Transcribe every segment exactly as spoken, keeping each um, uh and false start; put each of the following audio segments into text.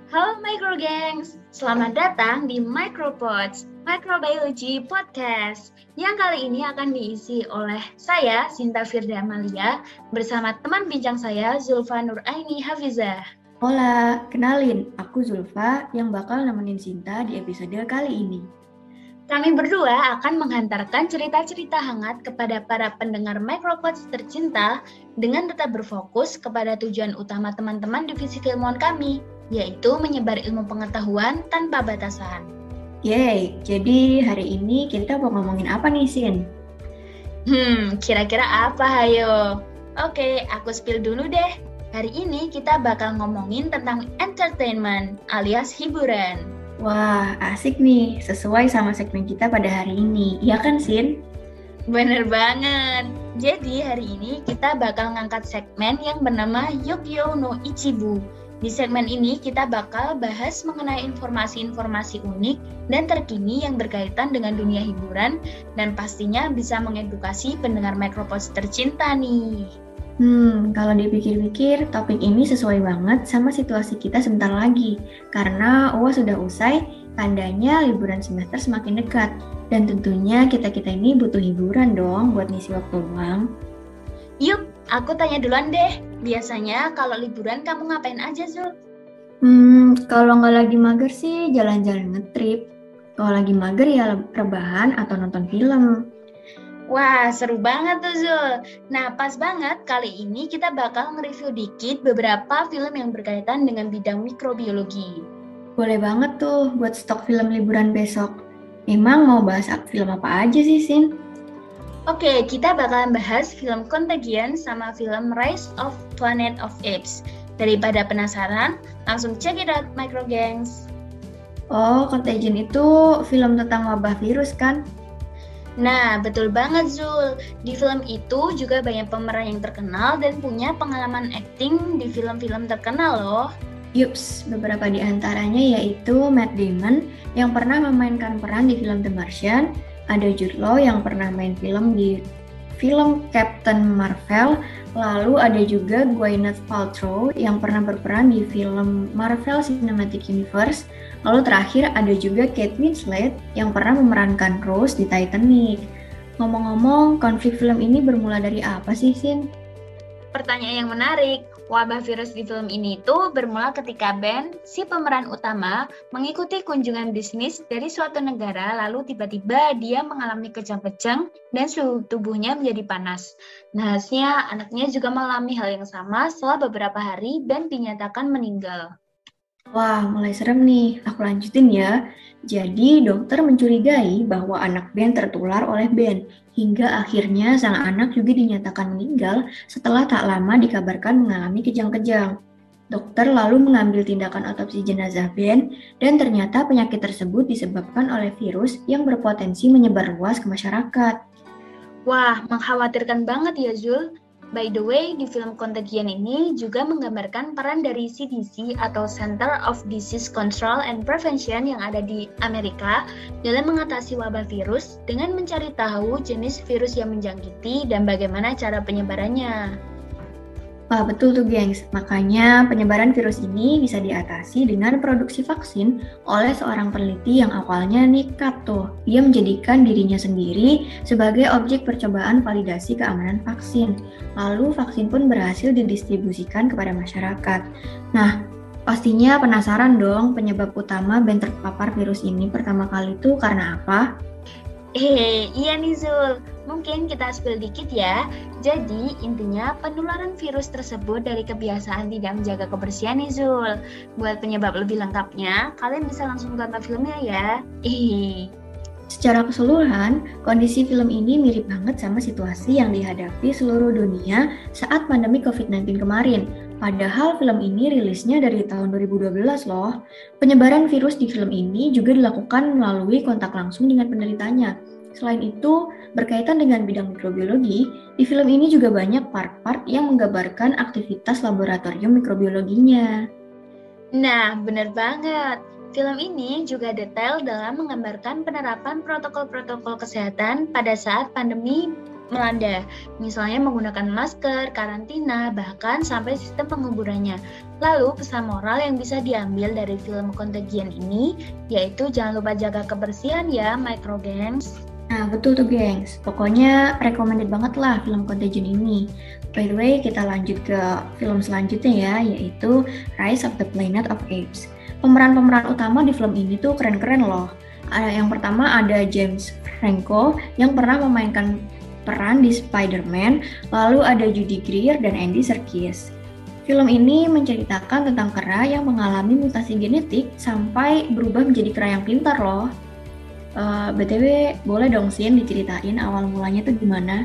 Halo Microgangs, selamat datang di Micropods, Microbiology Podcast, yang kali ini akan diisi oleh saya, Sinta Firda Amalia, bersama teman bincang saya, Zulfa Nuraini Hafizah. Hola, kenalin, aku Zulfa yang bakal nemenin Sinta di episode kali ini. Kami berdua akan menghantarkan cerita-cerita hangat kepada para pendengar Micropods tercinta dengan tetap berfokus kepada tujuan utama teman-teman divisi keilmuan kami, yaitu menyebar ilmu pengetahuan tanpa batasan. Yeay, jadi hari ini kita mau ngomongin apa nih, Sin? Hmm, kira-kira apa, hayo? Oke, aku spill dulu deh. Hari ini kita bakal ngomongin tentang entertainment alias hiburan. Wah, asik nih, sesuai sama segmen kita pada hari ini, iya kan, Sin? Bener banget. Jadi hari ini kita bakal ngangkat segmen yang bernama Yokyo no Ichibu. Di segmen ini kita bakal bahas mengenai informasi-informasi unik dan terkini yang berkaitan dengan dunia hiburan dan pastinya bisa mengedukasi pendengar Micropods tercinta nih. Hmm, kalau dipikir-pikir, topik ini sesuai banget sama situasi kita sebentar lagi. Karena U A S sudah usai, tandanya liburan semester semakin dekat. Dan tentunya kita-kita ini butuh hiburan dong buat ngisi waktu luang. Yuk, aku tanya duluan deh. Biasanya kalau liburan kamu ngapain aja, Zul? Hmm, kalau nggak lagi mager sih jalan-jalan ngetrip. Kalau lagi mager ya rebahan atau nonton film. Wah, seru banget tuh Zul. Nah, pas banget kali ini kita bakal nge-review dikit beberapa film yang berkaitan dengan bidang mikrobiologi. Boleh banget tuh buat stok film liburan besok. Emang mau bahas film apa aja sih, Sin? Oke, kita bakalan bahas film Contagion sama film Rise of Planet of Apes. Daripada penasaran, langsung check it out, Microgangs. Oh, Contagion itu film tentang wabah virus kan? Nah, betul banget Zul. Di film itu juga banyak pemeran yang terkenal dan punya pengalaman akting di film-film terkenal loh. Yups, beberapa di antaranya yaitu Matt Damon yang pernah memainkan peran di film The Martian, ada Jude Law yang pernah main film di film Captain Marvel, lalu ada juga Gwyneth Paltrow yang pernah berperan di film Marvel Cinematic Universe, lalu terakhir ada juga Kate Winslet yang pernah memerankan Rose di Titanic. Ngomong-ngomong, konflik film ini bermula dari apa sih, Sin? Pertanyaan yang menarik. Wabah virus di film ini tuh bermula ketika Ben, si pemeran utama, mengikuti kunjungan bisnis dari suatu negara lalu tiba-tiba dia mengalami kejang-kejang dan suhu tubuhnya menjadi panas. Nahasnya, anaknya juga mengalami hal yang sama setelah beberapa hari Ben dinyatakan meninggal. Wah, mulai serem nih. Aku lanjutin ya. Jadi, dokter mencurigai bahwa anak Ben tertular oleh Ben, hingga akhirnya sang anak juga dinyatakan meninggal setelah tak lama dikabarkan mengalami kejang-kejang. Dokter lalu mengambil tindakan otopsi jenazah Ben, dan ternyata penyakit tersebut disebabkan oleh virus yang berpotensi menyebar luas ke masyarakat. Wah, mengkhawatirkan banget ya Zul. By the way, di film Contagion ini juga menggambarkan peran dari C D C atau Center of Disease Control and Prevention yang ada di Amerika dalam mengatasi wabah virus dengan mencari tahu jenis virus yang menjangkiti dan bagaimana cara penyebarannya. Wah, betul tuh, gengs. Makanya penyebaran virus ini bisa diatasi dengan produksi vaksin oleh seorang peneliti yang awalnya nekat tuh. Dia menjadikan dirinya sendiri sebagai objek percobaan validasi keamanan vaksin. Lalu vaksin pun berhasil didistribusikan kepada masyarakat. Nah, pastinya penasaran dong penyebab utama Ben terpapar virus ini pertama kali itu karena apa? Eh, iya nih Zul. Mungkin kita spill dikit ya. Jadi, intinya penularan virus tersebut dari kebiasaan tidak menjaga kebersihan nih Zul. Buat penyebab lebih lengkapnya, kalian bisa langsung tonton filmnya ya. Eh. Secara keseluruhan, kondisi film ini mirip banget sama situasi yang dihadapi seluruh dunia saat pandemi covid sembilan belas kemarin. Padahal film ini rilisnya dari tahun dua ribu dua belas loh. Penyebaran virus di film ini juga dilakukan melalui kontak langsung dengan penderitanya. Selain itu, berkaitan dengan bidang mikrobiologi, di film ini juga banyak part-part yang menggambarkan aktivitas laboratorium mikrobiologinya. Nah, benar banget. Film ini juga detail dalam menggambarkan penerapan protokol-protokol kesehatan pada saat pandemi melanda, misalnya menggunakan masker, karantina, bahkan sampai sistem penguburannya. Lalu pesan moral yang bisa diambil dari film Contagion ini, yaitu jangan lupa jaga kebersihan ya, microgengs. Nah, betul tuh, gengs. Pokoknya recommended banget lah film Contagion ini. By the way, kita lanjut ke film selanjutnya ya, yaitu Rise of the Planet of Apes. Pemeran-pemeran utama di film ini tuh keren-keren loh. Ada yang pertama ada James Franco yang pernah memainkan peran di Spider-Man, lalu ada Judy Greer dan Andy Serkis. Film ini menceritakan tentang kera yang mengalami mutasi genetik sampai berubah menjadi kera yang pintar loh. Uh, B T W, boleh dong Sin diceritain awal mulanya tuh gimana?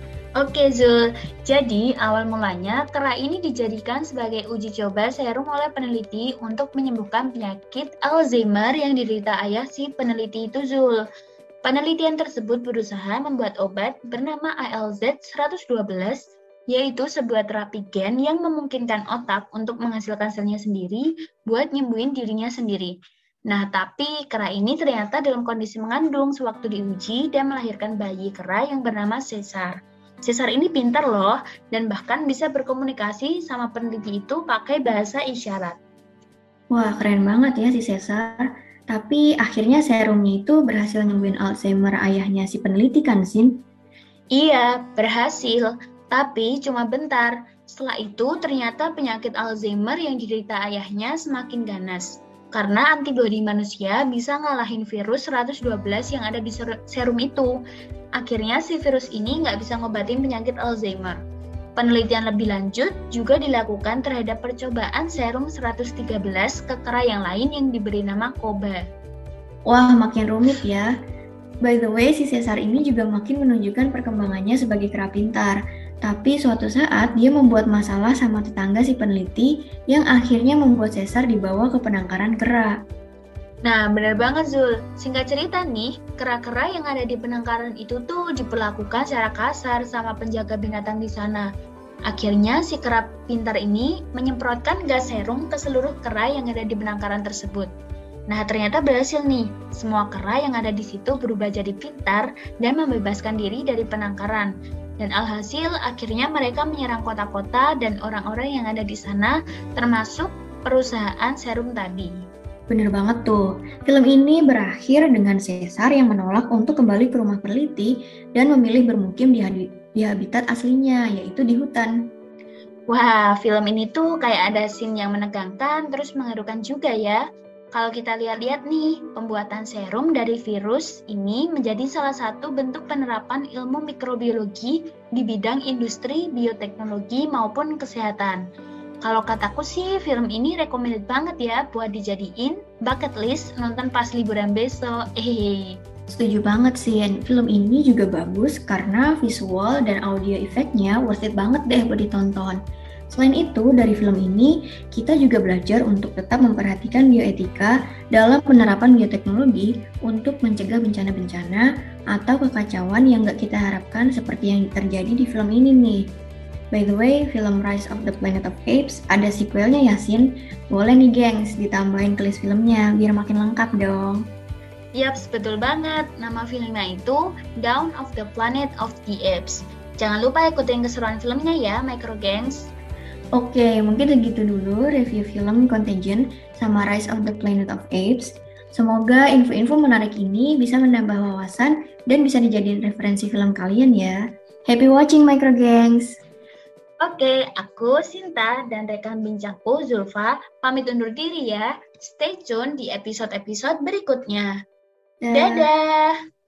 Oke Zul, jadi awal mulanya kera ini dijadikan sebagai uji coba serum oleh peneliti untuk menyembuhkan penyakit Alzheimer yang diderita ayah si peneliti itu Zul. Penelitian tersebut berusaha membuat obat bernama A L Z seratus dua belas, yaitu sebuah terapi gen yang memungkinkan otak untuk menghasilkan selnya sendiri buat nyembuhin dirinya sendiri. Nah, tapi kera ini ternyata dalam kondisi mengandung sewaktu diuji dan melahirkan bayi kera yang bernama Caesar. Caesar ini pintar loh, dan bahkan bisa berkomunikasi sama peneliti itu pakai bahasa isyarat. Wah, keren banget ya si Caesar. Tapi akhirnya serumnya itu berhasil nyembuhin Alzheimer ayahnya si peneliti kan, Sin? Iya, berhasil. Tapi cuma bentar. Setelah itu ternyata penyakit Alzheimer yang diderita ayahnya semakin ganas. Karena antibodi manusia bisa ngalahin virus seratus dua belas yang ada di serum itu. Akhirnya si virus ini nggak bisa ngobatin penyakit Alzheimer. Penelitian lebih lanjut juga dilakukan terhadap percobaan serum seratus tiga belas ke kera yang lain yang diberi nama Koba. Wah, makin rumit ya. By the way, si Caesar ini juga makin menunjukkan perkembangannya sebagai kera pintar. Tapi suatu saat dia membuat masalah sama tetangga si peneliti yang akhirnya membuat Caesar dibawa ke penangkaran kera. Nah, benar banget Zul. Singkat cerita nih, kera-kera yang ada di penangkaran itu tuh diperlakukan secara kasar sama penjaga binatang di sana. Akhirnya si kera pintar ini menyemprotkan gas serum ke seluruh kera yang ada di penangkaran tersebut. Nah, ternyata berhasil nih. Semua kera yang ada di situ berubah jadi pintar dan membebaskan diri dari penangkaran. Dan alhasil akhirnya mereka menyerang kota-kota dan orang-orang yang ada di sana, termasuk perusahaan serum tadi. Bener banget tuh. Film ini berakhir dengan Caesar yang menolak untuk kembali ke rumah peneliti dan memilih bermukim di, di habitat aslinya, yaitu di hutan. Wah, film ini tuh kayak ada scene yang menegangkan terus mengharukan juga ya. Kalau kita lihat-lihat nih, pembuatan serum dari virus ini menjadi salah satu bentuk penerapan ilmu mikrobiologi di bidang industri, bioteknologi maupun kesehatan. Kalau kataku sih, film ini recommended banget ya buat dijadiin bucket list nonton pas liburan besok. Hehehe. Setuju banget sih, film ini juga bagus karena visual dan audio efeknya worth it banget deh buat ditonton. Selain itu, dari film ini, kita juga belajar untuk tetap memperhatikan bioetika dalam penerapan bioteknologi untuk mencegah bencana-bencana atau kekacauan yang gak kita harapkan seperti yang terjadi di film ini nih. By the way, film Rise of the Planet of Apes ada sequelnya ya, Sin? Boleh nih, gengs, ditambahin ke list filmnya biar makin lengkap dong. Yaps, betul banget. Nama filmnya itu Dawn of the Planet of the Apes. Jangan lupa ikutin keseruan filmnya ya, Microgengs. Oke, mungkin segitu dulu review film Contagion sama Rise of the Planet of Apes. Semoga info-info menarik ini bisa menambah wawasan dan bisa dijadiin referensi film kalian ya. Happy watching, Microgengs! Oke, aku Sinta dan rekan bincangku Zulfa pamit undur diri ya. Stay tune di episode-episode berikutnya. Dadah!